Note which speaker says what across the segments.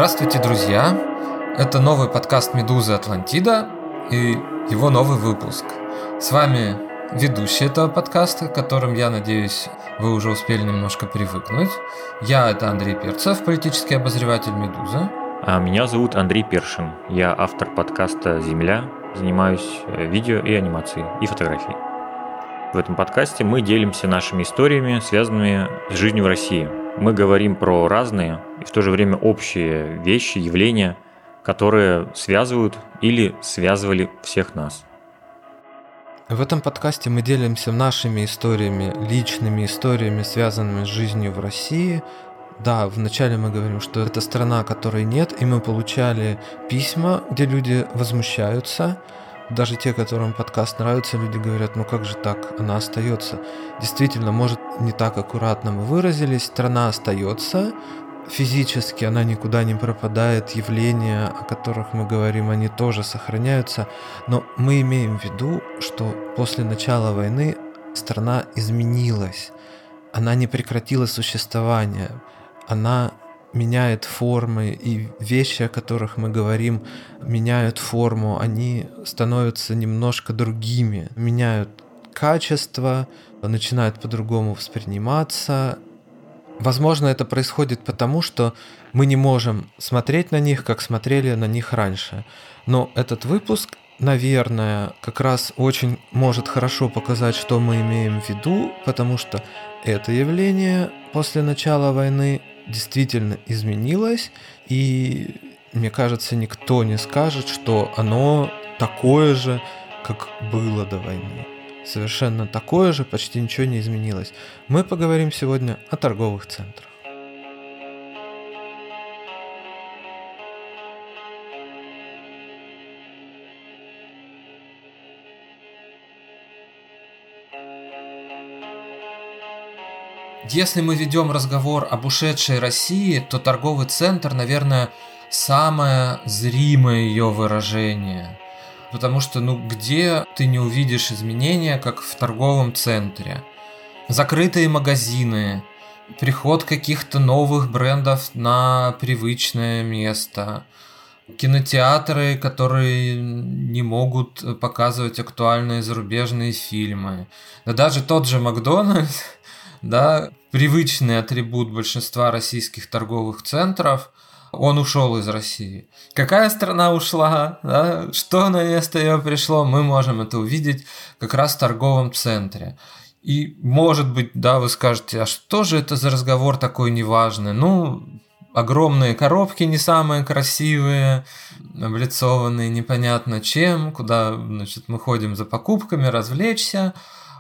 Speaker 1: Здравствуйте, друзья! Это новый подкаст «Медузы Атлантида» и его новый выпуск. С вами ведущий этого подкаста, к которым, я надеюсь, вы уже успели немножко привыкнуть. Это Андрей Перцев, политический обозреватель «Медузы».
Speaker 2: А меня зовут Андрей Першин. Я автор подкаста «Земля», занимаюсь видео и анимацией, и фотографией. В этом подкасте мы делимся нашими историями, связанными с жизнью в России. Мы говорим про разные и в то же время общие вещи, явления, которые связывают или связывали всех нас.
Speaker 1: В этом подкасте мы делимся нашими историями, личными историями, связанными с жизнью в России. Да, вначале мы говорим, что это страна, которой нет, и мы получали письма, где люди возмущаются. Даже те, которым подкаст нравится, люди говорят, ну как же так, она остается. Действительно, может, не так аккуратно мы выразились, страна остается, физически она никуда не пропадает, явления, о которых мы говорим, они тоже сохраняются, но мы имеем в виду, что после начала войны страна изменилась, она не прекратила существование, она меняет формы, и вещи, о которых мы говорим, меняют форму, они становятся немножко другими, меняют качество, начинают по-другому восприниматься. Возможно, это происходит потому, что мы не можем смотреть на них, как смотрели на них раньше. Но этот выпуск, наверное, как раз очень может хорошо показать, что мы имеем в виду, потому что это явление после начала войны действительно изменилось, и мне кажется, никто не скажет, что оно такое же, как было до войны. Совершенно такое же, почти ничего не изменилось. Мы поговорим сегодня о торговых центрах. Если мы ведем разговор об ушедшей России, то торговый центр, наверное, самое зримое ее выражение. Потому что, где ты не увидишь изменения, как в торговом центре? Закрытые магазины, приход каких-то новых брендов на привычное место, кинотеатры, которые не могут показывать актуальные зарубежные фильмы. Да даже тот же Макдональдс, да, привычный атрибут большинства российских торговых центров, он ушел из России. Какая страна ушла, да? Что на место ее пришло, мы можем это увидеть как раз в торговом центре. И, может быть, да, вы скажете, а что же это за разговор такой неважный? Огромные коробки не самые красивые, облицованные непонятно чем, куда, мы ходим за покупками, развлечься.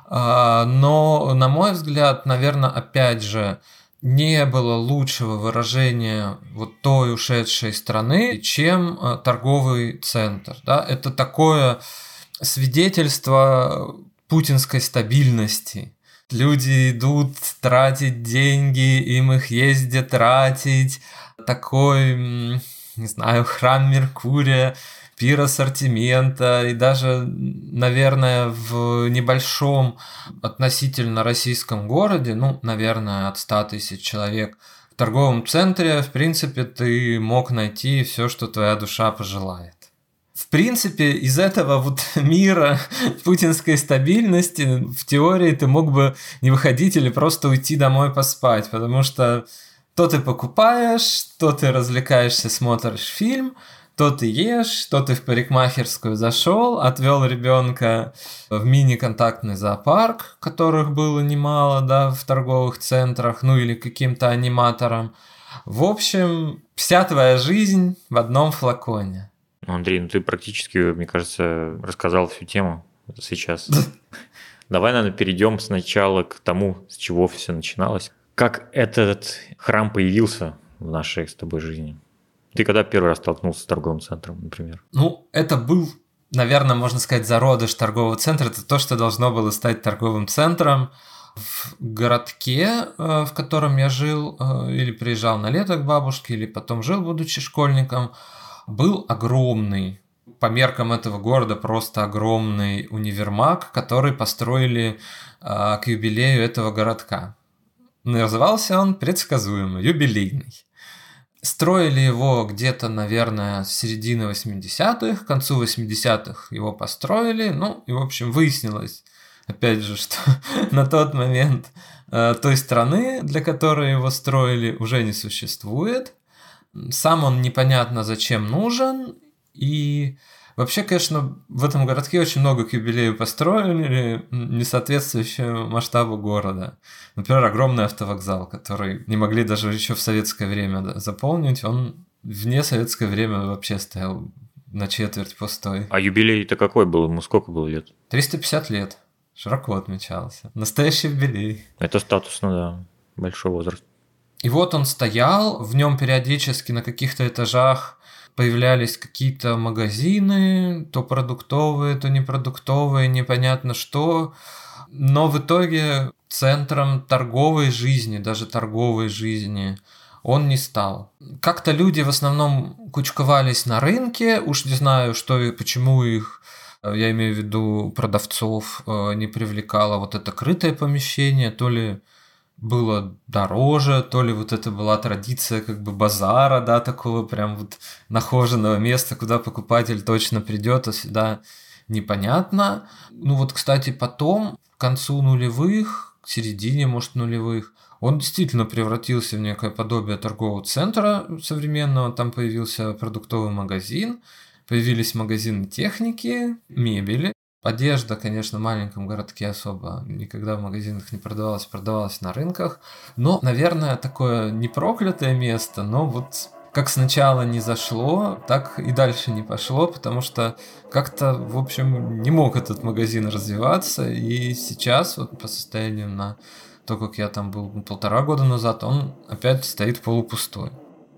Speaker 1: Но, на мой взгляд, наверное, опять же, не было лучшего выражения вот той ушедшей страны, чем торговый центр. Да? Это такое свидетельство путинской стабильности. Люди идут тратить деньги, им их ездят тратить. Такой, не знаю, храм Меркурия, пир ассортимента, и даже, наверное, в небольшом относительно российском городе, наверное, от 100 тысяч человек, в торговом центре, в принципе, ты мог найти все, что твоя душа пожелает. В принципе, из этого мира путинской стабильности в теории ты мог бы не выходить или просто уйти домой поспать, потому что то ты покупаешь, то ты развлекаешься, смотришь фильм, то ты ешь, то ты в парикмахерскую зашел, отвел ребенка в мини-контактный зоопарк, которых было немало, да, в торговых центрах, или каким-то аниматором. В общем, вся твоя жизнь в одном флаконе.
Speaker 2: Андрей, ты практически, мне кажется, рассказал всю тему сейчас. Давай, наверное, перейдем сначала к тому, с чего все начиналось. Как этот храм появился в нашей с тобой жизни? Ты когда первый раз столкнулся с торговым центром, например?
Speaker 1: Это был, наверное, можно сказать, зародыш торгового центра. Это то, что должно было стать торговым центром. В городке, в котором я жил, или приезжал на лето к бабушке, или потом жил, будучи школьником, был огромный, по меркам этого города, просто огромный универмаг, который построили к юбилею этого городка. Назывался он предсказуемо юбилейный. Строили его где-то, наверное, с середины 80-х, к концу 80-х его построили. Ну, и, в общем, выяснилось, опять же, что на тот момент той страны, для которой его строили, уже не существует. Сам он непонятно зачем нужен. И вообще, конечно, в этом городке очень много к юбилею построили, не соответствующего масштабу города. Например, огромный автовокзал, который не могли даже еще в советское время заполнить. Он в несоветское время вообще стоял на четверть пустой.
Speaker 2: А юбилей-то какой был? Ему сколько было лет?
Speaker 1: 350 лет. Широко отмечался. Настоящий юбилей.
Speaker 2: Это статусно, да. Большой возраст.
Speaker 1: И вот он стоял, в нем периодически на каких-то этажах появлялись какие-то магазины, то продуктовые, то непродуктовые, непонятно что. Но в итоге центром торговой жизни, даже торговой жизни, он не стал. Как-то люди в основном кучковались на рынке, уж не знаю, что и почему их, я имею в виду продавцов, не привлекало вот это крытое помещение, то ли было дороже, то ли вот это была традиция как бы базара, да, такого прям вот нахоженного места, куда покупатель точно придет, а сюда непонятно. Ну вот, кстати, потом, к концу нулевых, к середине, может, нулевых, он действительно превратился в некое подобие торгового центра современного. Там появился продуктовый магазин, появились магазины техники, мебели. Одежда, конечно, в маленьком городке особо никогда в магазинах не продавалась, продавалась на рынках. Но, наверное, такое не проклятое место, но вот как сначала не зашло, так и дальше не пошло, потому что как-то, в общем, не мог этот магазин развиваться. И сейчас, вот по состоянию на то, как я там был 1,5 года назад, он опять стоит полупустой.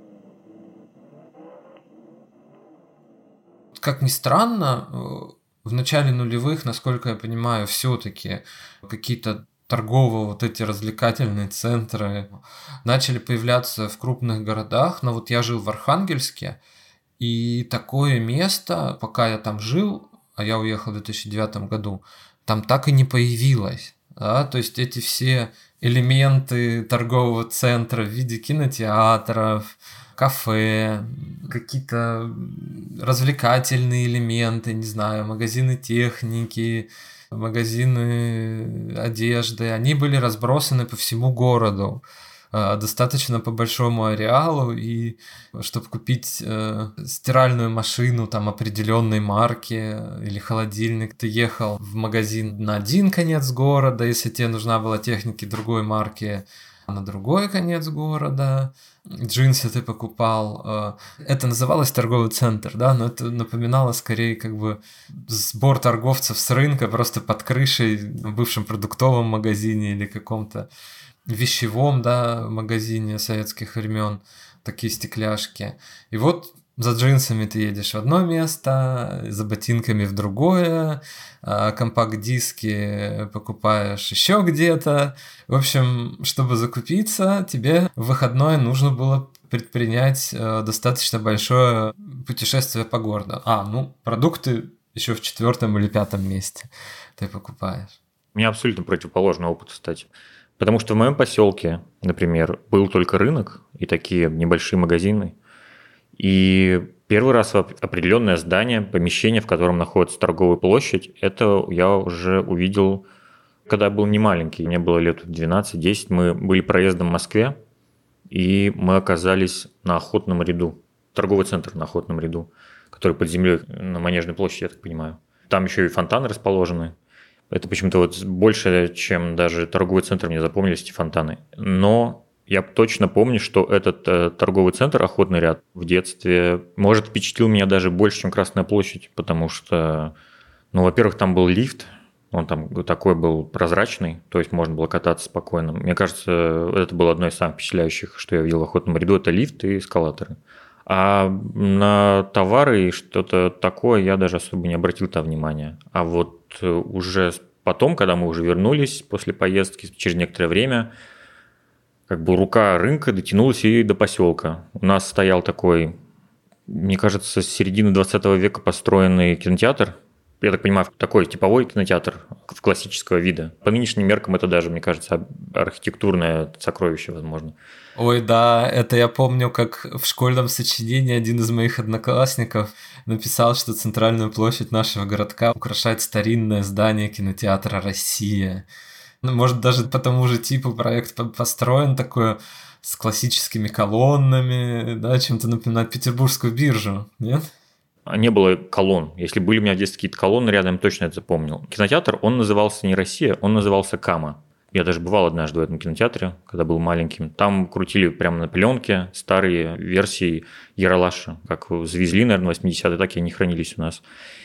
Speaker 1: Как ни странно, в начале нулевых, насколько я понимаю, все-таки какие-то торговые вот эти развлекательные центры начали появляться в крупных городах. Но вот я жил в Архангельске, и такое место, пока я там жил, а я уехал в 2009 году, там так и не появилось. Да? То есть эти все элементы торгового центра в виде кинотеатров, кафе, какие-то развлекательные элементы, не знаю, магазины техники, магазины одежды, они были разбросаны по всему городу, достаточно по большому ареалу, и чтобы купить стиральную машину там определенной марки или холодильник, ты ехал в магазин на один конец города, если тебе нужна была техника другой марки, на другой конец города. Джинсы ты покупал. Это называлось торговый центр, да, но это напоминало скорее как бы сбор торговцев с рынка просто под крышей в бывшем продуктовом магазине или каком-то вещевом, да, магазине советских времен, такие стекляшки. И вот за джинсами ты едешь в одно место, за ботинками в другое, компакт-диски покупаешь еще где-то. В общем, чтобы закупиться, тебе в выходной нужно было предпринять достаточно большое путешествие по городу. Продукты еще в 4 или 5 месте ты покупаешь.
Speaker 2: У меня абсолютно противоположный опыт, кстати. Потому что в моем поселке, например, был только рынок и такие небольшие магазины. И первый раз определенное здание, помещение, в котором находится торговая площадь, это я уже увидел, когда я был не маленький, мне было лет 12-10, мы были проездом в Москве, и мы оказались на Охотном ряду, торговый центр на Охотном ряду, который под землей на Манежной площади, я так понимаю. Там еще и фонтаны расположены. Это почему-то вот больше, чем даже торговый центр, мне запомнились эти фонтаны. Но я точно помню, что этот торговый центр, Охотный ряд, в детстве, может, впечатлил меня даже больше, чем Красная площадь, потому что, во-первых, там был лифт, он там такой был прозрачный, то есть можно было кататься спокойно. Мне кажется, это было одно из самых впечатляющих, что я видел в Охотном ряду, это лифт и эскалаторы. А на товары и что-то такое я даже особо не обратил там внимания. А вот уже потом, когда мы уже вернулись после поездки, через некоторое время, как бы рука рынка дотянулась и до поселка. У нас стоял такой, мне кажется, с середины 20 века построенный кинотеатр я так понимаю, такой типовой кинотеатр в классического вида. По нынешним меркам это даже, мне кажется, архитектурное сокровище, возможно.
Speaker 1: Ой, да, это я помню, как в школьном сочинении один из моих одноклассников написал, что центральную площадь нашего городка украшает старинное здание кинотеатра «Россия». Ну, может, даже по тому же типу проект построен такой с классическими колоннами, да, чем-то напоминает Петербургскую биржу, нет?
Speaker 2: Не было колонн. Если были у меня в детстве какие-то колонны рядом, точно это запомнил. Кинотеатр, он назывался не «Россия», он назывался «Кама». Я даже бывал однажды в этом кинотеатре, когда был маленьким. Там крутили прямо на пленке старые версии Ералаша, как завезли, наверное, в 80-е, так и они хранились у нас.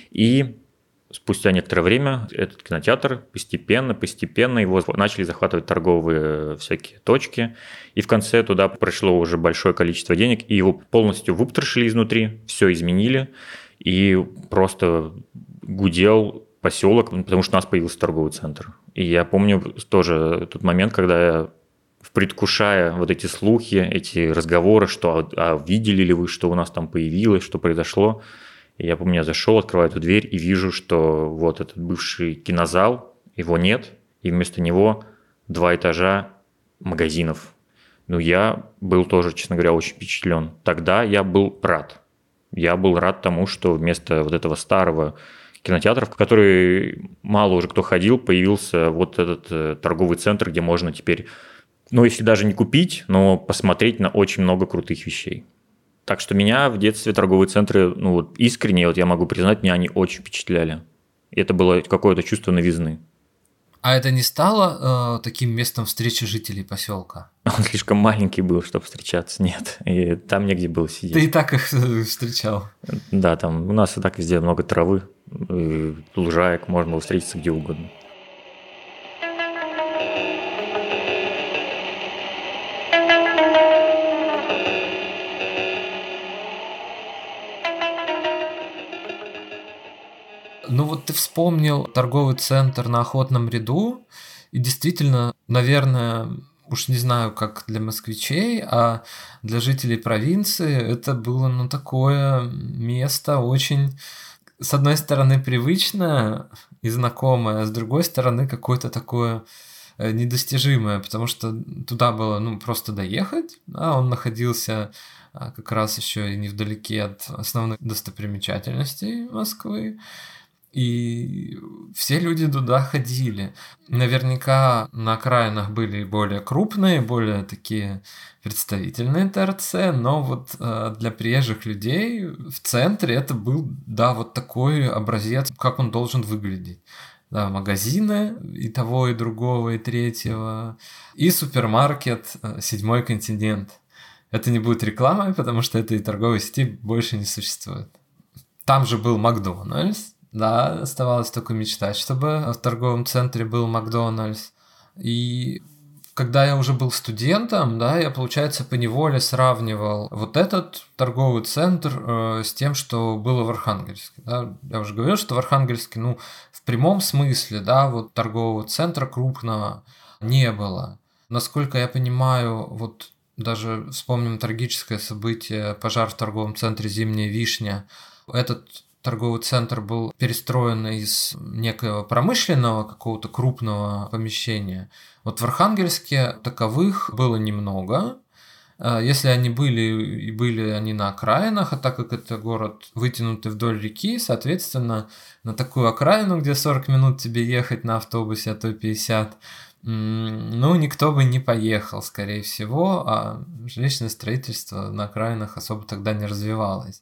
Speaker 2: И спустя некоторое время этот кинотеатр постепенно его начали захватывать торговые всякие точки, и в конце туда пришло уже большое количество денег, и его полностью выпотрошили изнутри, все изменили, и просто гудел поселок, потому что у нас появился торговый центр. И я помню тоже тот момент, когда я, предвкушая вот эти слухи, эти разговоры, что видели ли вы, что у нас там появилось, что произошло. И я помню, я зашел, открываю эту дверь и вижу, что вот этот бывший кинозал, его нет, и вместо него 2 этажа магазинов. Ну, я был тоже, честно говоря, очень впечатлен. Тогда я был рад. Я был рад тому, что вместо вот этого старого кинотеатра, в который мало уже кто ходил, появился вот этот торговый центр, где можно теперь, ну, если даже не купить, но посмотреть на очень много крутых вещей. Так что меня в детстве торговые центры, ну вот искренне, вот я могу признать, меня они очень впечатляли. И это было какое-то чувство новизны.
Speaker 1: А это не стало таким местом встречи жителей поселка?
Speaker 2: Он слишком маленький был, чтобы встречаться, нет. И там негде было сидеть.
Speaker 1: Ты и так их встречал?
Speaker 2: Да, там у нас и так везде много травы, лужаек, можно было встретиться где угодно.
Speaker 1: Ну вот ты вспомнил торговый центр на Охотном ряду, и действительно, наверное, уж не знаю, как для москвичей, а для жителей провинции это было, ну, такое место очень, с одной стороны, привычное и знакомое, а с другой стороны, какое-то такое недостижимое, потому что туда было, ну, просто доехать, а он находился как раз еще и невдалеке от основных достопримечательностей Москвы. И все люди туда ходили. Наверняка на окраинах были более крупные, более такие представительные ТРЦ, но вот для приезжих людей в центре это был, да, вот такой образец, как он должен выглядеть. Да, магазины и того, и другого, и третьего, и супермаркет «Седьмой континент». Это не будет рекламой, потому что этой торговой сети больше не существует. Там же был Макдональдс. Да, оставалось только мечтать, чтобы в торговом центре был Макдональдс. И когда я уже был студентом, да, я, получается, поневоле сравнивал вот этот торговый центр с тем, что было в Архангельске. Да. Я уже говорил, что в Архангельске, ну, в прямом смысле, да, вот торгового центра крупного не было. Насколько я понимаю, вот даже вспомним трагическое событие, пожар в торговом центре «Зимняя вишня». Этот торговый центр был перестроен из некоего промышленного какого-то крупного помещения. Вот в Архангельске таковых было немного. Если они были, и были они на окраинах, а так как это город вытянутый вдоль реки, соответственно, на такую окраину, где 40 минут тебе ехать на автобусе, а то 50, ну, никто бы не поехал, скорее всего, а жилищное строительство на окраинах особо тогда не развивалось.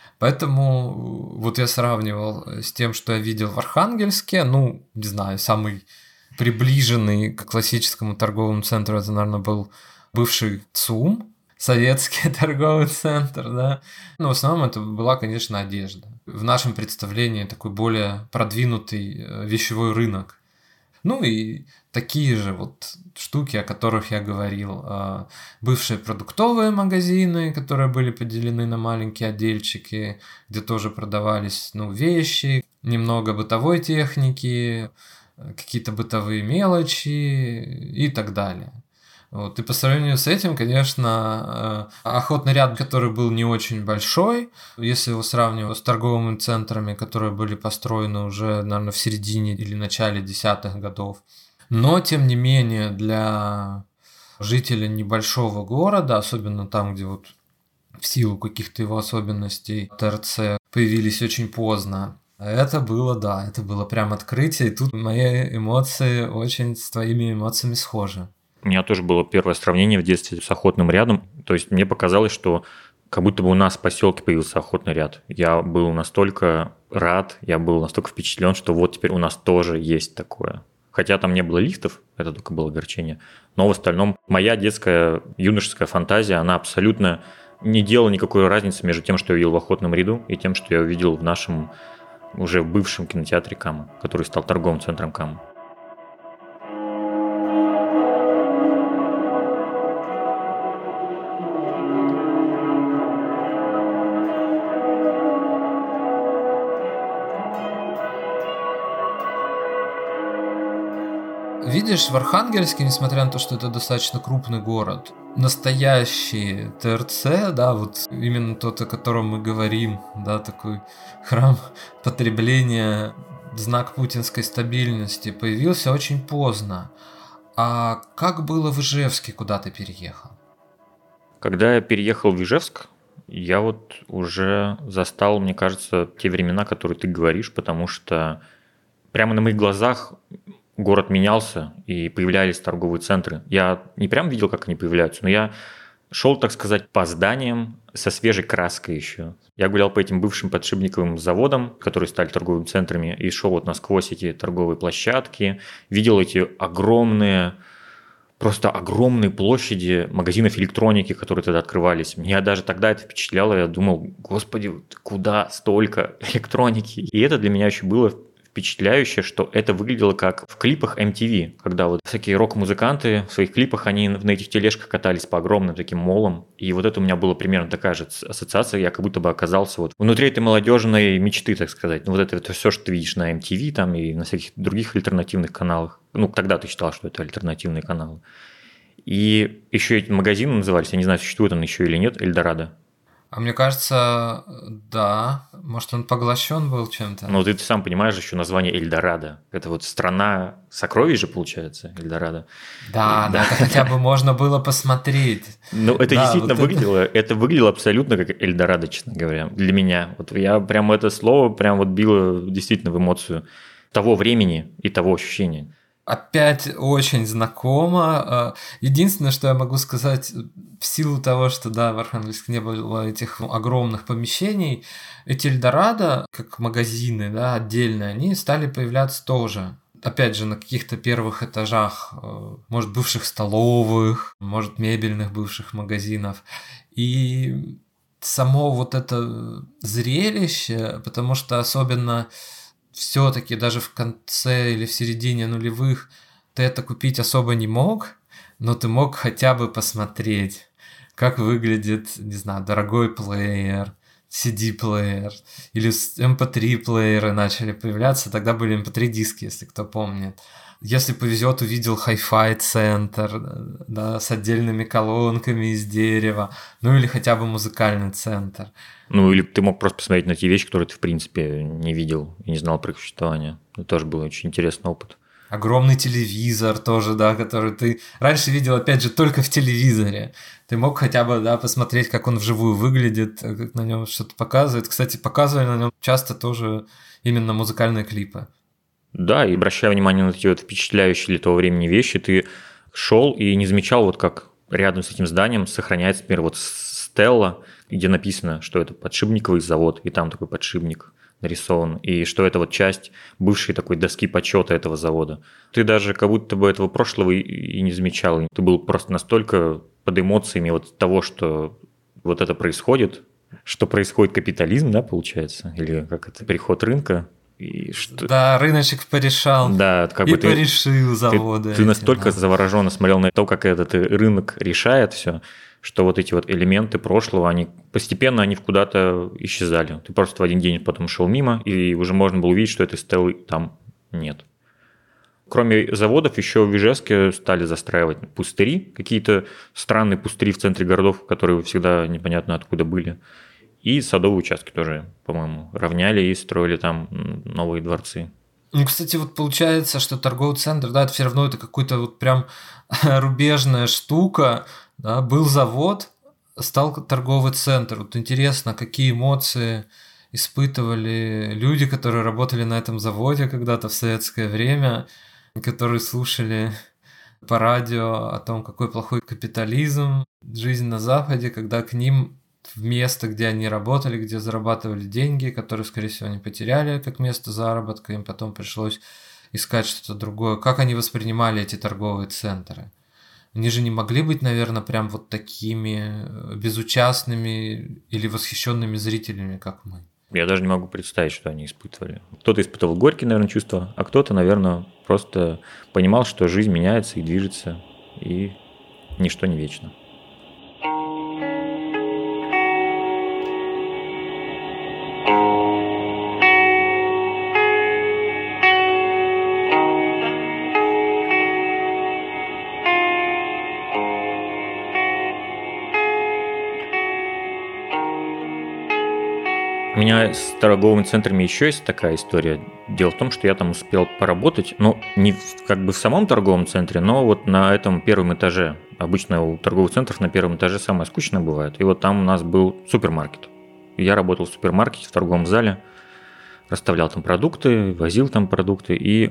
Speaker 1: Поэтому вот я сравнивал с тем, что я видел в Архангельске, ну, не знаю, самый приближенный к классическому торговому центру, это, наверное, был бывший ЦУМ, советский торговый центр, да. Но в основном это была, конечно, одежда. В нашем представлении такой более продвинутый вещевой рынок. Ну и такие же вот штуки, о которых я говорил. Бывшие продуктовые магазины, которые были поделены на маленькие отдельчики, где тоже продавались, ну, вещи, немного бытовой техники, какие-то бытовые мелочи и так далее. Вот. И по сравнению с этим, конечно, охотный ряд, который был не очень большой, если его сравнивать с торговыми центрами, которые были построены уже, наверное, в середине или начале десятых годов. Но, тем не менее, для жителя небольшого города, особенно там, где вот в силу каких-то его особенностей ТРЦ появились очень поздно, это было прям открытие, и тут мои эмоции очень с твоими эмоциями схожи.
Speaker 2: У меня тоже было первое сравнение в детстве с охотным рядом. То есть мне показалось, что как будто бы у нас в поселке появился охотный ряд. Я был настолько рад, я был настолько впечатлен, что вот теперь у нас тоже есть такое. Хотя там не было лифтов, это только было огорчение. Но в остальном моя детская юношеская фантазия, она абсолютно не делала никакой разницы между тем, что я увидел в охотном ряду, и тем, что я увидел в нашем уже бывшем кинотеатре КАМ, который стал торговым центром КАМ.
Speaker 1: Видишь, в Архангельске, несмотря на то, что это достаточно крупный город, настоящий ТРЦ, да, вот именно тот, о котором мы говорим, да, такой храм потребления, знак путинской стабильности, появился очень поздно. А как было в Ижевске, куда ты переехал?
Speaker 2: Когда я переехал в Ижевск, я вот уже застал, мне кажется, те времена, которые ты говоришь, потому что прямо на моих глазах город менялся, и появлялись торговые центры. Я не прям видел, как они появляются, но я шел, так сказать, по зданиям со свежей краской еще. Я гулял по этим бывшим подшипниковым заводам, которые стали торговыми центрами, и шел вот насквозь эти торговые площадки, видел эти огромные, просто огромные площади магазинов электроники, которые тогда открывались. Меня даже тогда это впечатляло, я думал, господи, куда столько электроники? И это для меня еще было впечатляюще, что это выглядело как в клипах MTV, когда вот всякие рок-музыканты в своих клипах, они на этих тележках катались по огромным таким молам, и вот это у меня была примерно такая же ассоциация, я как будто бы оказался вот внутри этой молодежной мечты, так сказать. Ну вот это все, что ты видишь на MTV там и на всяких других альтернативных каналах. Ну, тогда ты считал, что это альтернативные каналы. И еще эти магазины назывались, я не знаю, существует он еще или нет, Эльдорадо.
Speaker 1: А мне кажется, да. Может, он поглощен был чем-то?
Speaker 2: Ну, ты сам понимаешь еще название Эльдорадо. Это вот страна сокровищ же, получается, Эльдорадо.
Speaker 1: Да, это хотя бы можно было посмотреть.
Speaker 2: Ну, это действительно выглядело, это выглядело абсолютно как Эльдорадо, честно говоря, для меня. Вот я прям это слово прям вот било действительно в эмоцию того времени и того ощущения.
Speaker 1: Опять очень знакомо. Единственное, что я могу сказать, в силу того, что, да, в Архангельске не было этих огромных помещений, эти Эльдорадо, как магазины, да, отдельные, они стали появляться тоже. Опять же, на каких-то первых этажах, может, бывших столовых, может, мебельных бывших магазинов. И само вот это зрелище, потому что особенно все-таки даже в конце или в середине нулевых ты это купить особо не мог, но ты мог хотя бы посмотреть, как выглядит, не знаю, дорогой плеер, CD-плеер, или MP3-плееры начали появляться, тогда были MP3-диски, если кто помнит. Если повезет, увидел Hi-Fi центр, да, с отдельными колонками из дерева, ну или хотя бы музыкальный центр.
Speaker 2: Ну или ты мог просто посмотреть на те вещи, которые ты в принципе не видел и не знал про их существование. Это тоже был очень интересный опыт.
Speaker 1: Огромный телевизор тоже, да, который ты раньше видел, опять же, только в телевизоре. Ты мог хотя бы, да, посмотреть, как он вживую выглядит, как на нем что-то показывает. Кстати, показывали на нем часто тоже именно музыкальные клипы.
Speaker 2: Да, и обращая внимание на эти вот впечатляющие для того времени вещи, ты шел и не замечал, вот как рядом с этим зданием сохраняется, например, вот стелла, где написано, что это подшипниковый завод, и там такой подшипник нарисован, и что это вот часть бывшей такой доски почета этого завода. Ты даже как будто бы этого прошлого и не замечал. Ты был просто настолько под эмоциями вот того, что вот это происходит, что происходит капитализм, да, получается, или как это, переход рынка. И что...
Speaker 1: Да, рыночек порешал.
Speaker 2: Да, как
Speaker 1: и
Speaker 2: бы
Speaker 1: порешил заводы.
Speaker 2: Ты настолько завороженно смотрел на то, как этот рынок решает все, что вот эти вот элементы прошлого, они постепенно куда-то исчезали. Ты просто в один день потом шел мимо, и уже можно было увидеть, что этой стелы там нет. Кроме заводов, еще в Ижевске стали застраивать пустыри, какие-то странные пустыри в центре городов, которые всегда непонятно откуда были. И садовые участки тоже, по-моему, равняли и строили там новые дворцы.
Speaker 1: Ну, кстати, вот получается, что торговый центр, да, это все равно это какой-то вот прям рубежная штука, да, был завод, стал торговый центр. Вот интересно, какие эмоции испытывали люди, которые работали на этом заводе когда-то в советское время, которые слушали по радио о том, какой плохой капитализм, жизнь на Западе, когда к ним в место, где они работали, где зарабатывали деньги, которые, скорее всего, они потеряли как место заработка, им потом пришлось искать что-то другое. Как они воспринимали эти торговые центры? Они же не могли быть, наверное, прям вот такими безучастными или восхищенными зрителями, как мы.
Speaker 2: Я даже не могу представить, что они испытывали. Кто-то испытывал горькие, наверное, чувства, а кто-то, наверное, просто понимал, что жизнь меняется и движется, и ничто не вечно. У меня с торговыми центрами еще есть такая история. Дело в том, что я там успел поработать, ну, не как бы в самом торговом центре, но вот на этом первом этаже. Обычно у торговых центров на первом этаже самое скучное бывает. И вот там у нас был супермаркет. Я работал в супермаркете, в торговом зале, расставлял там продукты, возил там продукты. И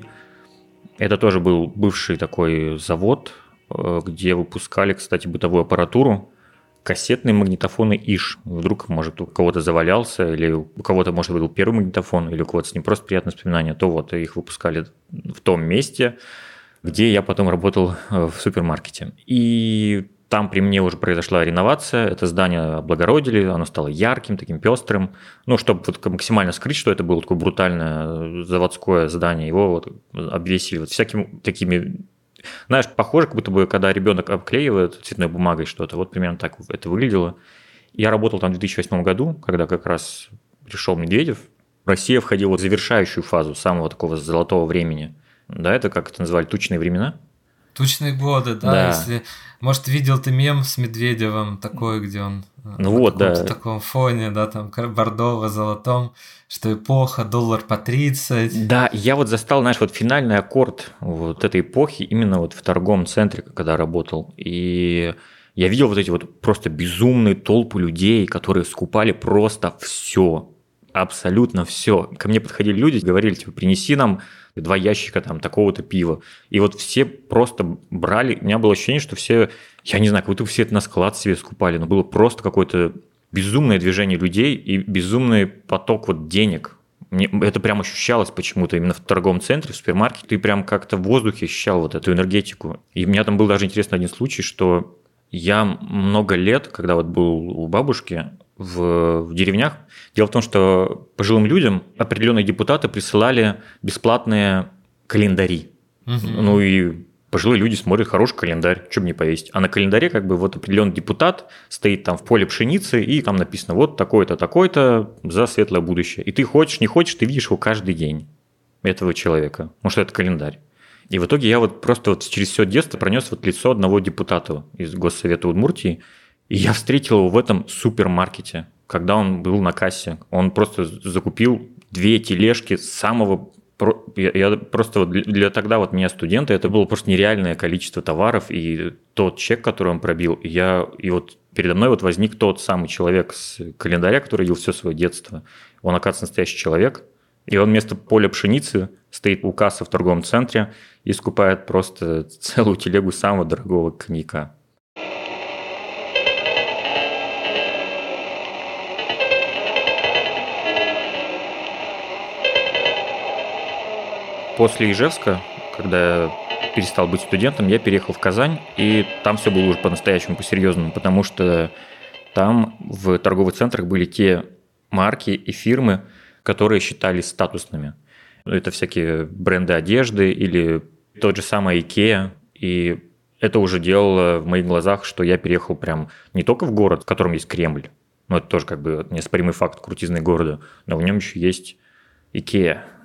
Speaker 2: это тоже был бывший такой завод, где выпускали, кстати, бытовую аппаратуру. Кассетные магнитофоны ИШ. Вдруг, может, у кого-то завалялся, или у кого-то, может, был первый магнитофон, или у кого-то с ним просто приятные воспоминания, то вот их выпускали в том месте, где я потом работал в супермаркете. И там при мне уже произошла реновация, это здание облагородили, оно стало ярким, таким пестрым. Ну, чтобы вот максимально скрыть, что это было такое брутальное заводское здание, его вот обвесили вот всякими такими... Знаешь, похоже, как будто бы, когда ребенок обклеивает цветной бумагой что-то, вот примерно так это выглядело. Я работал там в 2008 году, когда как раз пришел Медведев. Россия входила в завершающую фазу самого такого золотого времени. Да, это как это называли, тучные времена?
Speaker 1: Тучные годы, да. Если, может, видел ты мем с Медведевым такой, где он
Speaker 2: ну вот,
Speaker 1: на таком фоне, да, там бордово-золотом, что эпоха, доллар по 30.
Speaker 2: Да, я вот застал, знаешь, вот финальный аккорд вот этой эпохи именно вот в торговом центре, когда работал. И я видел вот эти вот просто безумные толпы людей, которые скупали просто все, абсолютно все. Ко мне подходили люди, говорили, типа, принеси нам 2 ящика там такого-то пива. И вот все просто брали, у меня было ощущение, что все, я не знаю, как будто все это на склад себе скупали, но было просто какое-то безумное движение людей и безумный поток вот денег. Мне это прям ощущалось почему-то именно в торговом центре, в супермаркете. Ты прям как-то в воздухе ощущал вот эту энергетику. И у меня там был даже интересный один случай, что я много лет, когда вот был у бабушки в деревнях, дело в том, что пожилым людям определенные депутаты присылали бесплатные календари. Ну и пожилые люди смотрят хороший календарь, что бы не повесить. А на календаре как бы вот определенный депутат стоит там в поле пшеницы, и там написано вот такой-то, такой-то за светлое будущее. И ты хочешь, не хочешь, ты видишь его каждый день, этого человека, потому что это календарь. И в итоге я вот просто вот через все детство пронес вот лицо одного депутата из Госсовета Удмуртии, и я встретил его в этом супермаркете, когда он был на кассе. Он просто закупил 2 тележки самого... Я просто вот для тогда вот меня студента, это было просто нереальное количество товаров, и тот чек, который он пробил, и вот передо мной вот возник тот самый человек с календаря, который видел все свое детство. Он, оказывается, настоящий человек, и он вместо поля пшеницы стоит у кассы в торговом центре и скупает просто целую телегу самого дорогого коньяка. После Ижевска, когда я перестал быть студентом, я переехал в Казань, и там все было уже по-настоящему, по-серьезному, потому что там в торговых центрах были те марки и фирмы, которые считались статусными. Это всякие бренды одежды или тот же самый IKEA, и это уже делало в моих глазах, что я переехал прям не только в город, в котором есть Кремль, но это тоже как бы неоспоримый факт крутизны города, но в нем еще есть IKEA.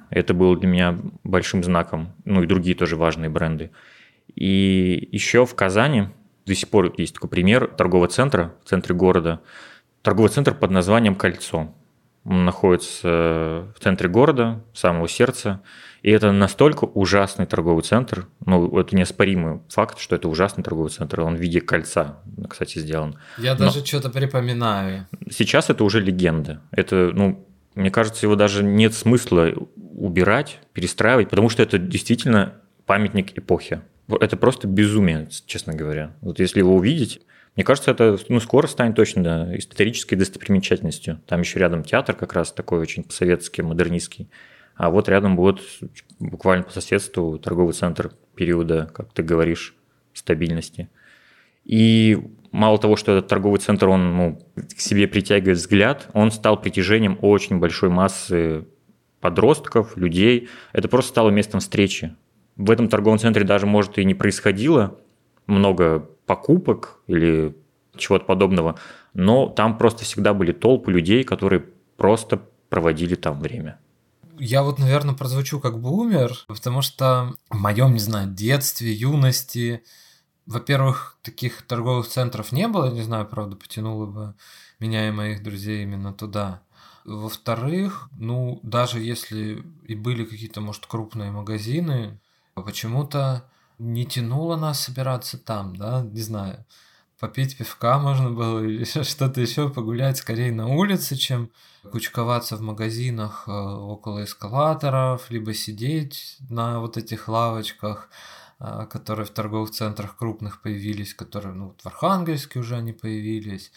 Speaker 2: Это было для меня большим знаком. Ну и другие тоже важные бренды. И еще в Казани до сих пор есть такой пример торгового центра в центре города. Торговый центр под названием «Кольцо». Он находится в центре города, самого сердца. И это настолько ужасный торговый центр. Ну, это неоспоримый факт, что это ужасный торговый центр. Он в виде кольца, кстати, сделан.
Speaker 1: Я даже что-то припоминаю.
Speaker 2: Сейчас это уже легенда. Это, ну, мне кажется, его даже нет смысла убирать, перестраивать, потому что это действительно памятник эпохи. Это просто безумие, честно говоря. Вот если его увидеть, мне кажется, это скоро станет точно исторической достопримечательностью. Там еще рядом театр как раз такой очень советский, модернистский. А вот рядом будет буквально по соседству торговый центр периода, как ты говоришь, стабильности. И мало того, что этот торговый центр, он к себе притягивает взгляд, он стал притяжением очень большой массы подростков, людей. Это просто стало местом встречи. В этом торговом центре даже, может, и не происходило много покупок или чего-то подобного, но там просто всегда были толпы людей, которые просто проводили там время.
Speaker 1: Я вот, наверное, прозвучу как бумер, потому что в моем, не знаю, детстве, юности, во-первых, таких торговых центров не было, не знаю, правда, потянуло бы меня и моих друзей именно туда. Во-вторых, даже если и были какие-то, может, крупные магазины, почему-то не тянуло нас собираться там, да, не знаю. Попить пивка можно было или что-то еще, погулять скорее на улице, чем кучковаться в магазинах около эскалаторов, либо сидеть на вот этих лавочках, которые в торговых центрах крупных появились, которые, в Архангельске уже они появились.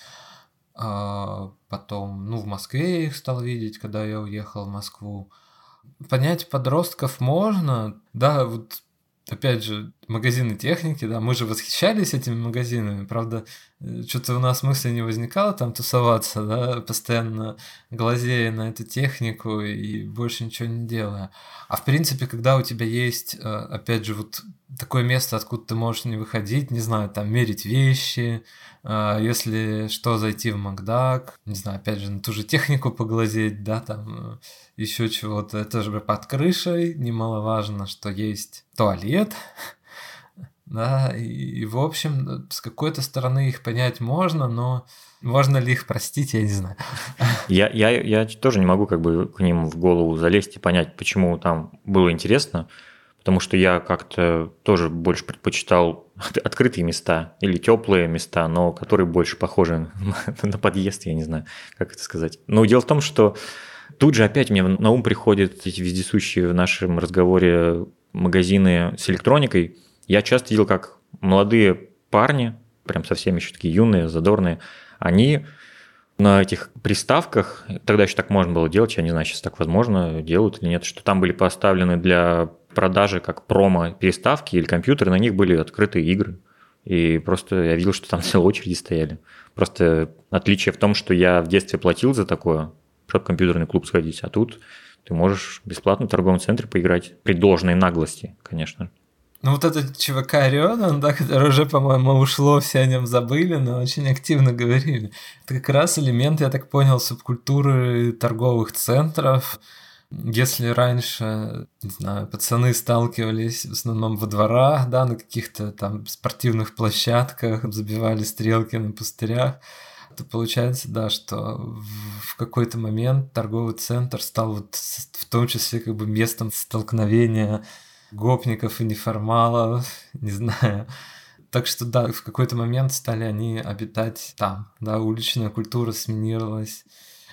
Speaker 1: Потом, в Москве их стал видеть, когда я уехал в Москву. Понять подростков можно, да, вот опять же, магазины техники, да, мы же восхищались этими магазинами, правда, что-то у нас мысли не возникало там тусоваться, да, постоянно глазея на эту технику и больше ничего не делая. А в принципе, когда у тебя есть, опять же, вот такое место, откуда ты можешь не выходить, не знаю, там, мерить вещи, если что, зайти в Макдак, не знаю, опять же, на ту же технику поглазеть, да, там, еще чего-то, это же под крышей, немаловажно, что есть туалет, да, и в общем, с какой-то стороны их понять можно, но можно ли их простить, я не знаю.
Speaker 2: Я тоже не могу как бы к ним в голову залезть и понять, почему там было интересно, потому что я как-то тоже больше предпочитал открытые места или теплые места, но которые больше похожи на подъезд, я не знаю, как это сказать. Но дело в том, что тут же опять мне на ум приходят эти вездесущие в нашем разговоре магазины с электроникой. Я часто видел, как молодые парни, прям совсем еще такие юные, задорные, они на этих приставках, тогда еще так можно было делать, я не знаю, сейчас так возможно, делают или нет, что там были поставлены для продажи как промо-переставки или компьютеры, на них были открытые игры. И просто я видел, что там целые очереди стояли. Просто отличие в том, что я в детстве платил за такое, чтобы в компьютерный клуб сходить, а тут ты можешь бесплатно в торговом центре поиграть при должной наглости, конечно.
Speaker 1: Вот этот ЧВК Орион, да, который уже, по-моему, ушло, все о нем забыли, но очень активно говорили. Это как раз элемент, я так понял, субкультуры торговых центров. Если раньше, не знаю, пацаны сталкивались в основном во дворах, да, на каких-то там спортивных площадках, забивали стрелки на пустырях, то получается, да, что в какой-то момент торговый центр стал вот в том числе как бы местом столкновения гопников и неформалов, не знаю. Так что, да, в какой-то момент стали они обитать там, да, уличная культура сменилась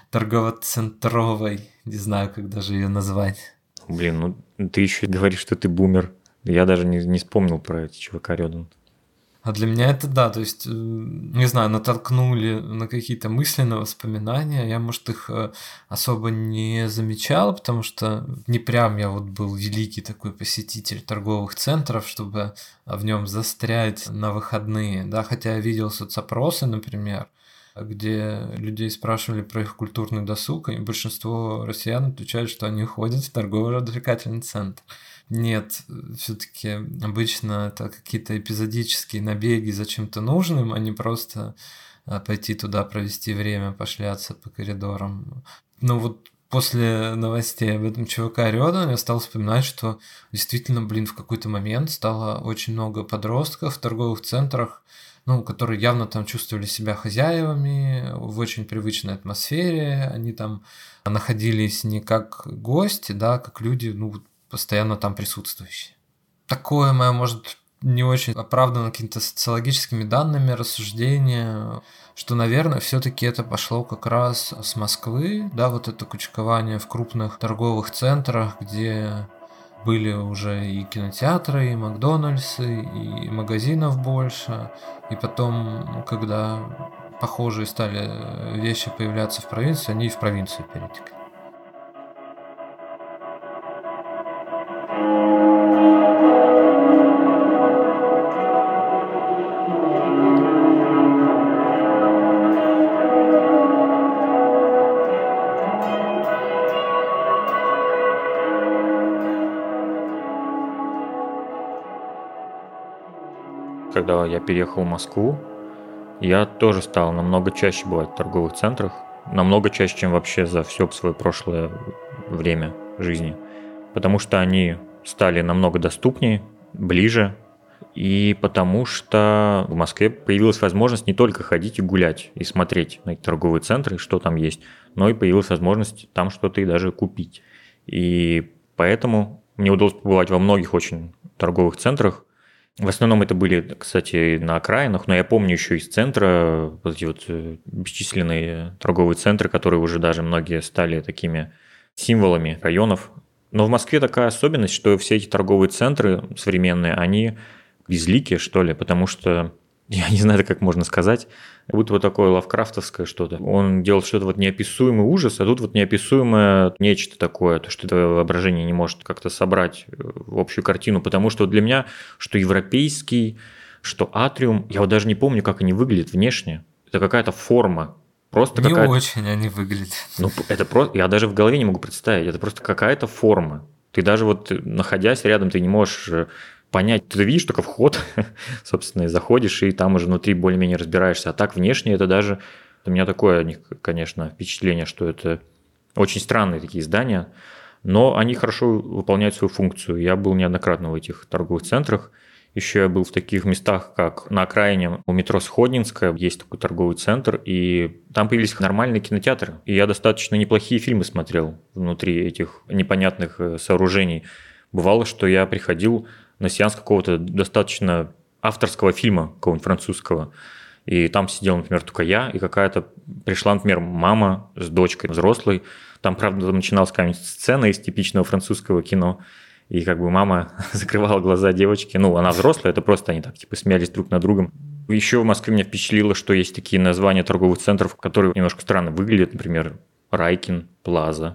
Speaker 1: торгово-центровой, не знаю, как даже ее назвать.
Speaker 2: Блин, ты еще говоришь, что ты бумер. Я даже не вспомнил про эти ЧВК Рёдан.
Speaker 1: А для меня это да, то есть, не знаю, натолкнули на какие-то мысленные воспоминания. Я, может, их особо не замечал, потому что не прям я вот был великий такой посетитель торговых центров, чтобы в нем застрять на выходные, да, хотя я видел соцопросы, например, где людей спрашивали про их культурный досуг, и большинство россиян отвечают, что они ходят в торгово-развлекательный центр. Нет, все-таки обычно это какие-то эпизодические набеги за чем-то нужным, а не просто пойти туда, провести время, пошляться по коридорам. Ну вот после новостей об этом ЧВК Ориона я стал вспоминать, что действительно, в какой-то момент стало очень много подростков в торговых центрах, которые явно там чувствовали себя хозяевами в очень привычной атмосфере. Они там находились не как гости, да, как люди, постоянно там присутствующие. Такое мое, может, не очень оправдано какими-то социологическими данными рассуждение, что, наверное, все-таки это пошло как раз с Москвы, да, вот это кучкование в крупных торговых центрах, где были уже и кинотеатры, и Макдональдсы, и магазинов больше, и потом, когда похожие стали вещи появляться в провинции, они и в провинцию перетекли.
Speaker 2: Когда я переехал в Москву, я тоже стал намного чаще бывать в торговых центрах, намного чаще, чем вообще за все свое прошлое время жизни, потому что они стали намного доступнее, ближе, и потому что в Москве появилась возможность не только ходить и гулять, и смотреть на эти торговые центры, что там есть, но и появилась возможность там что-то и даже купить. И поэтому мне удалось побывать во многих очень торговых центрах. В основном это были, кстати, на окраинах, но я помню еще из центра вот эти вот бесчисленные торговые центры, которые уже даже многие стали такими символами районов. Но в Москве такая особенность, что все эти торговые центры современные, они безликие, что ли, потому что, я не знаю, как можно сказать, будто вот такое лавкрафтовское что-то. Он делал что-то вот неописуемый ужас, а тут вот неописуемое нечто такое, то, что твое воображение не может как-то собрать в общую картину, потому что для меня, что европейский, что атриум, я вот даже не помню, как они выглядят внешне. Это какая-то форма. Просто
Speaker 1: не
Speaker 2: какая-то...
Speaker 1: очень они выглядят.
Speaker 2: Это просто... Я даже в голове не могу представить. Это просто какая-то форма. Ты даже вот, находясь рядом, ты не можешь понять, ты видишь только вход, собственно, и заходишь, и там уже внутри более-менее разбираешься. А так внешне это даже... У меня такое, конечно, впечатление, что это очень странные такие здания, но они хорошо выполняют свою функцию. Я был неоднократно в этих торговых центрах. Еще я был в таких местах, как на окраине у метро Сходнинская, есть такой торговый центр, и там появились нормальные кинотеатры. И я достаточно неплохие фильмы смотрел внутри этих непонятных сооружений. Бывало, что я приходил на сеанс какого-то достаточно авторского фильма, какого-нибудь французского. И там сидел, например, только я, и какая-то пришла, например, мама с дочкой взрослой. Там, правда, начиналась какая-нибудь сцена из типичного французского кино. И как бы мама закрывала глаза девочки. Она взрослая, это просто они так типа смеялись друг над другом. Еще в Москве меня впечатлило, что есть такие названия торговых центров, которые немножко странно выглядят. Например, Райкин, Плаза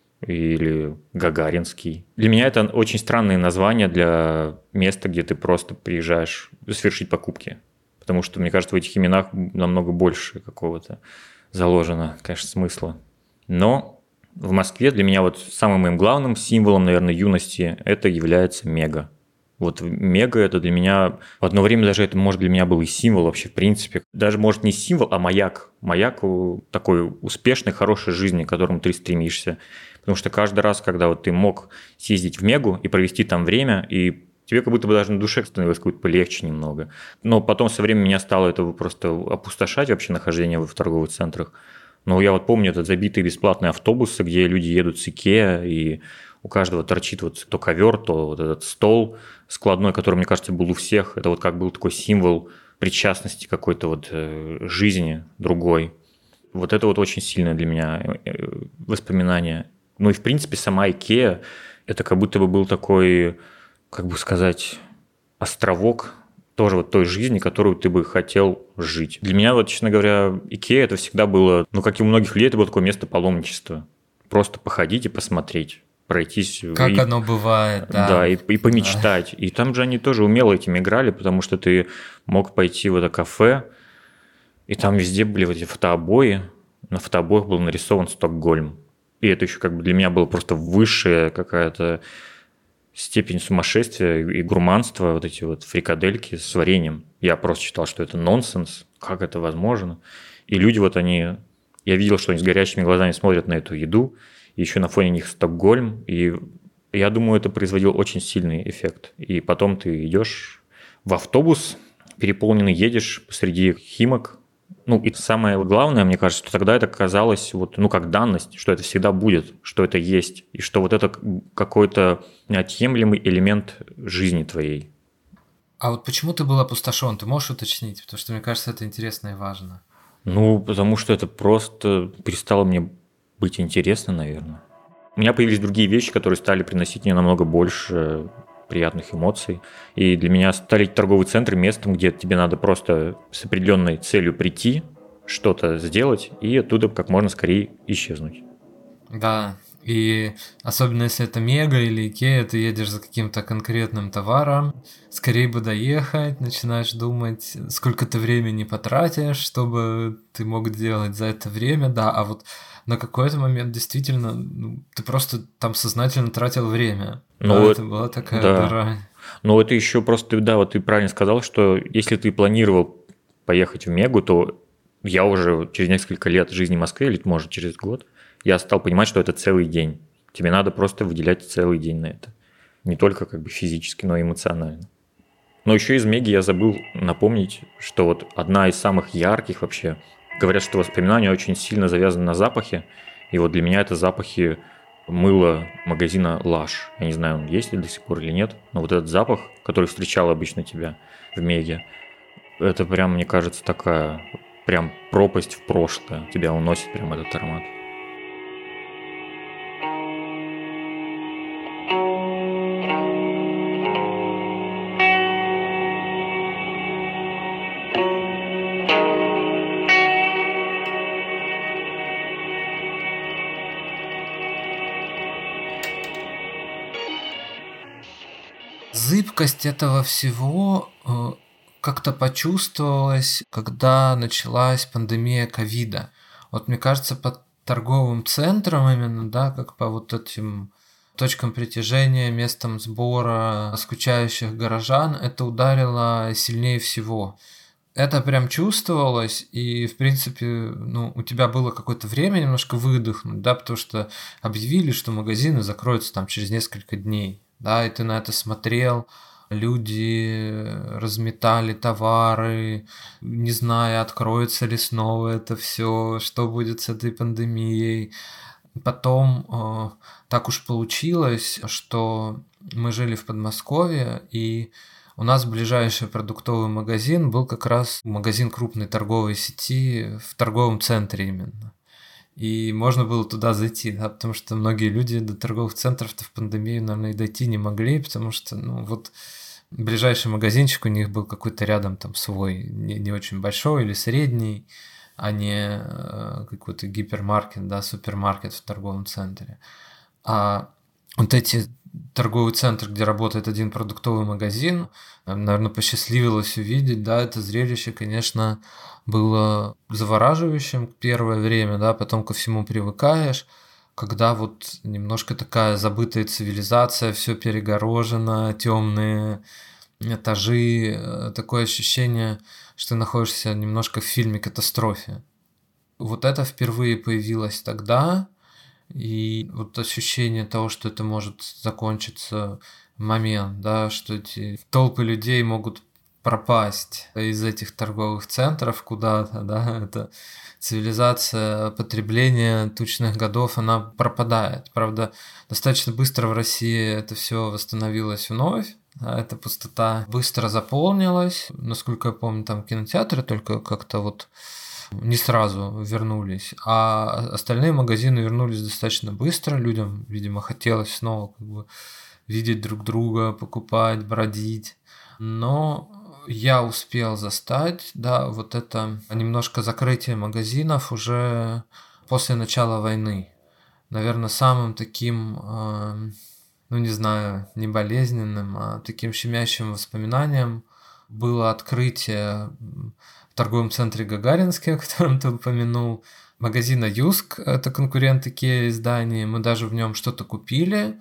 Speaker 2: или Гагаринский. Для меня это очень странные названия для места, где ты просто приезжаешь совершить покупки. Потому что, мне кажется, в этих именах намного больше какого-то заложено, конечно, смысла. Но в Москве для меня вот самым моим главным символом, наверное, юности это является Мега. Вот Мега это для меня, в одно время даже это, может, для меня был и символ вообще в принципе. Даже, может, не символ, а маяк. Маяк такой успешной, хорошей жизни, к которому ты стремишься. Потому что каждый раз, когда вот ты мог съездить в Мегу и провести там время, и тебе как будто бы даже на душе становилось как-то полегче немного. Но потом со временем меня стало это просто опустошать вообще нахождение в торговых центрах. Но я вот помню этот забитые бесплатные автобусы, где люди едут с Икеа, и у каждого торчит вот то ковер, то вот этот стол складной, который, мне кажется, был у всех. Это вот как был такой символ причастности какой-то вот жизни другой. Вот это вот очень сильное для меня воспоминание. Ну и, в принципе, сама Икеа, это как будто бы был такой, как бы сказать, островок тоже вот той жизни, которую ты бы хотел жить. Для меня, вот, честно говоря, Икеа это всегда было, как и у многих людей, это было такое место паломничества. Просто походить и посмотреть, пройтись.
Speaker 1: Как оно бывает, да.
Speaker 2: Да, и помечтать. Да. И там же они тоже умело этим играли, потому что ты мог пойти в это кафе, и там везде были вот эти фотообои. На фотообоях был нарисован Стокгольм. И это еще как бы для меня было просто высшая какая-то степень сумасшествия и гурманства, вот эти вот фрикадельки с вареньем. Я просто считал, что это нонсенс, как это возможно. И люди вот они... Я видел, что они с горящими глазами смотрят на эту еду, еще на фоне них Стокгольм, и я думаю, это производило очень сильный эффект. И потом ты идешь в автобус, переполненный, едешь посреди Химок. Ну, и самое главное, мне кажется, что тогда это казалось как данность, что это всегда будет, что это есть, и что вот это какой-то неотъемлемый элемент жизни твоей.
Speaker 1: А вот почему ты был опустошен? Ты можешь уточнить? Потому что, мне кажется, это интересно и важно.
Speaker 2: Потому что это просто перестало мне быть интересно, наверное. У меня появились другие вещи, которые стали приносить мне намного больше приятных эмоций. И для меня стали торговые центры местом, где тебе надо просто с определенной целью прийти, что-то сделать и оттуда как можно скорее исчезнуть.
Speaker 1: Да, и особенно если это Мега или Икея, ты едешь за каким-то конкретным товаром, скорее бы доехать, начинаешь думать, сколько ты времени потратишь, чтобы ты мог делать за это время, да, а вот на какой-то момент действительно ты просто там сознательно тратил время. Это была такая дыра.
Speaker 2: Но это еще просто, да, вот ты правильно сказал, что если ты планировал поехать в Мегу, то я уже через несколько лет жизни в Москве, или может через год, я стал понимать, что это целый день. Тебе надо просто выделять целый день на это. Не только как бы физически, но и эмоционально. Но еще из Меги я забыл напомнить, что вот одна из самых ярких вообще, говорят, что воспоминания очень сильно завязаны на запахе, и вот для меня это запахи мыла магазина Lush. Я не знаю, он есть ли до сих пор или нет, но вот этот запах, который встречал обычно тебя в Меге, это прям, мне кажется, такая прям пропасть в прошлое. Тебя уносит прям этот аромат.
Speaker 1: Зыбкость этого всего как-то почувствовалась, когда началась пандемия ковида. Вот мне кажется, по торговым центрам именно, да, как по вот этим точкам притяжения, местам сбора скучающих горожан, это ударило сильнее всего. Это прям чувствовалось, и, в принципе, у тебя было какое-то время немножко выдохнуть, да, потому что объявили, что магазины закроются там через несколько дней, да, и ты на это смотрел, люди разметали товары, не зная, откроется ли снова это все, что будет с этой пандемией. Потом так уж получилось, что мы жили в Подмосковье, и у нас ближайший продуктовый магазин был как раз магазин крупной торговой сети в торговом центре именно. И можно было туда зайти, да, потому что многие люди до торговых центров-то в пандемию, наверное, и дойти не могли, потому что, ближайший магазинчик у них был какой-то рядом там свой, не очень большой или средний, а не какой-то гипермаркет, да, супермаркет в торговом центре. А вот эти торговый центр, где работает один продуктовый магазин, наверное, посчастливилось увидеть, да, это зрелище, конечно, было завораживающим первое время, да, потом ко всему привыкаешь, когда вот немножко такая забытая цивилизация, все перегорожено, темные этажи, такое ощущение, что ты находишься немножко в фильме «Катастрофе». Вот это впервые появилось тогда, и вот ощущение того, что это может закончиться в момент, да, что эти толпы людей могут пропасть из этих торговых центров куда-то, да, это цивилизация потребления тучных годов, она пропадает. Правда, достаточно быстро в России это все восстановилось вновь, да, эта пустота быстро заполнилась. Насколько я помню, там кинотеатры только как-то вот не сразу вернулись, а остальные магазины вернулись достаточно быстро. Людям, видимо, хотелось снова как бы видеть друг друга, покупать, бродить. Но я успел застать, да, вот это немножко закрытие магазинов уже после начала войны. Наверное, самым таким, не знаю, не болезненным, а таким щемящим воспоминанием было открытие в торговом центре Гагаринский, о котором ты упомянул, магазина Юск, это конкурент Икеа издания. Мы даже в нем что-то купили,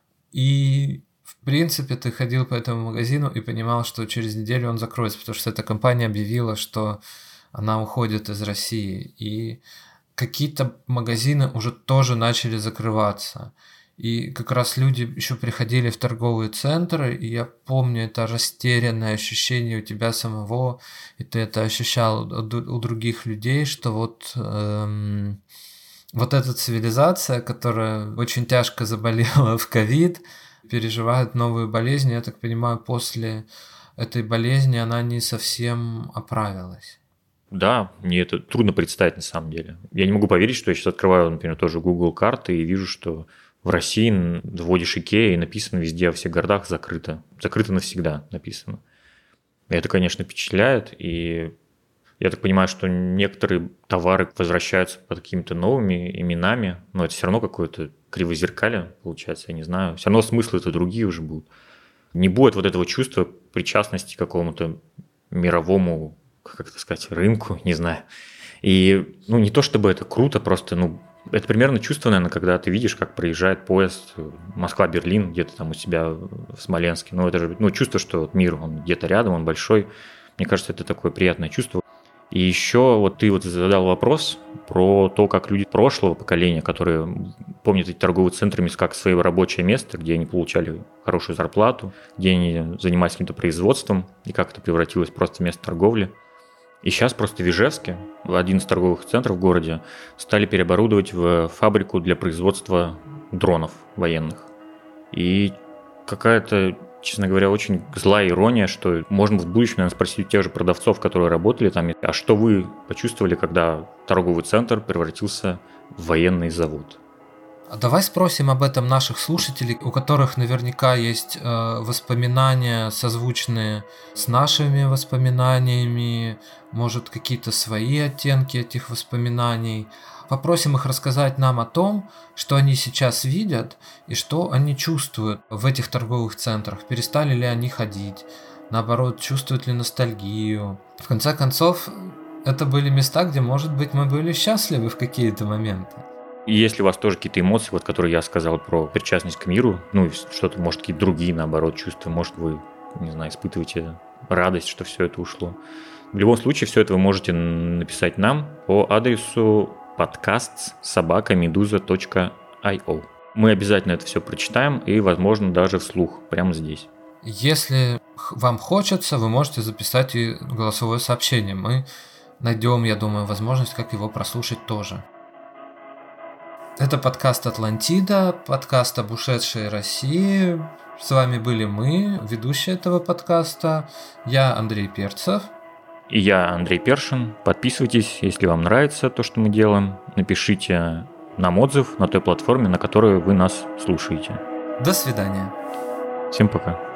Speaker 1: и в принципе ты ходил по этому магазину и понимал, что через неделю он закроется, потому что эта компания объявила, что она уходит из России. И какие-то магазины уже тоже начали закрываться. И как раз люди еще приходили в торговые центры, и я помню это растерянное ощущение у тебя самого, и ты это ощущал у других людей, что вот эта цивилизация, которая очень тяжко заболела в ковид, переживает новую болезнь, я так понимаю, после этой болезни она не совсем оправилась.
Speaker 2: Да, мне это трудно представить на самом деле. Я не могу поверить, что я сейчас открываю, например, тоже Google карты и вижу, что в России вводишь Икеа и написано везде, во всех городах закрыто. Закрыто навсегда написано. И это, конечно, впечатляет. И я так понимаю, что некоторые товары возвращаются под какими-то новыми именами, но это все равно какое-то кривозеркалье, получается, я не знаю. Все равно смыслы-то другие уже будут. Не будет вот этого чувства причастности к какому-то мировому, как это сказать, рынку, не знаю. И не то чтобы это круто, просто, это примерно чувство, наверное, когда ты видишь, как проезжает поезд Москва-Берлин где-то там у себя в Смоленске. Это же, чувство, что мир, он где-то рядом, он большой. Мне кажется, это такое приятное чувство. И еще ты задал вопрос про то, как люди прошлого поколения, которые помнят эти торговые центры как свое рабочее место, где они получали хорошую зарплату, где они занимались каким-то производством, и как это превратилось просто в место торговли. И сейчас просто в Ижевске, в один из торговых центров в городе, стали переоборудовать в фабрику для производства дронов военных. И какая-то, честно говоря, очень злая ирония, что можно в будущем, наверное, спросить у тех же продавцов, которые работали там, а что вы почувствовали, когда торговый центр превратился в военный завод?
Speaker 1: Давай спросим об этом наших слушателей, у которых наверняка есть воспоминания, созвучные с нашими воспоминаниями, может, какие-то свои оттенки этих воспоминаний. Попросим их рассказать нам о том, что они сейчас видят и что они чувствуют в этих торговых центрах. Перестали ли они ходить? Наоборот, чувствуют ли ностальгию? В конце концов, это были места, где, может быть, мы были счастливы в какие-то моменты.
Speaker 2: И если у вас тоже какие-то эмоции, которые я сказал про причастность к миру, что-то, может, какие-то другие, наоборот, чувства, может, вы, не знаю, испытываете радость, что все это ушло. В любом случае, все это вы можете написать нам по адресу podcasts@meduza.io. Мы обязательно это все прочитаем и, возможно, даже вслух, прямо здесь.
Speaker 1: Если вам хочется, вы можете записать и голосовое сообщение. Мы найдем, я думаю, возможность, как его прослушать тоже. Это подкаст «Атлантида», подкаст об ушедшей России. С вами были мы, ведущие этого подкаста. Я Андрей Перцев.
Speaker 2: И я Андрей Першин. Подписывайтесь, если вам нравится то, что мы делаем. Напишите нам отзыв на той платформе, на которой вы нас слушаете.
Speaker 1: До свидания.
Speaker 2: Всем пока.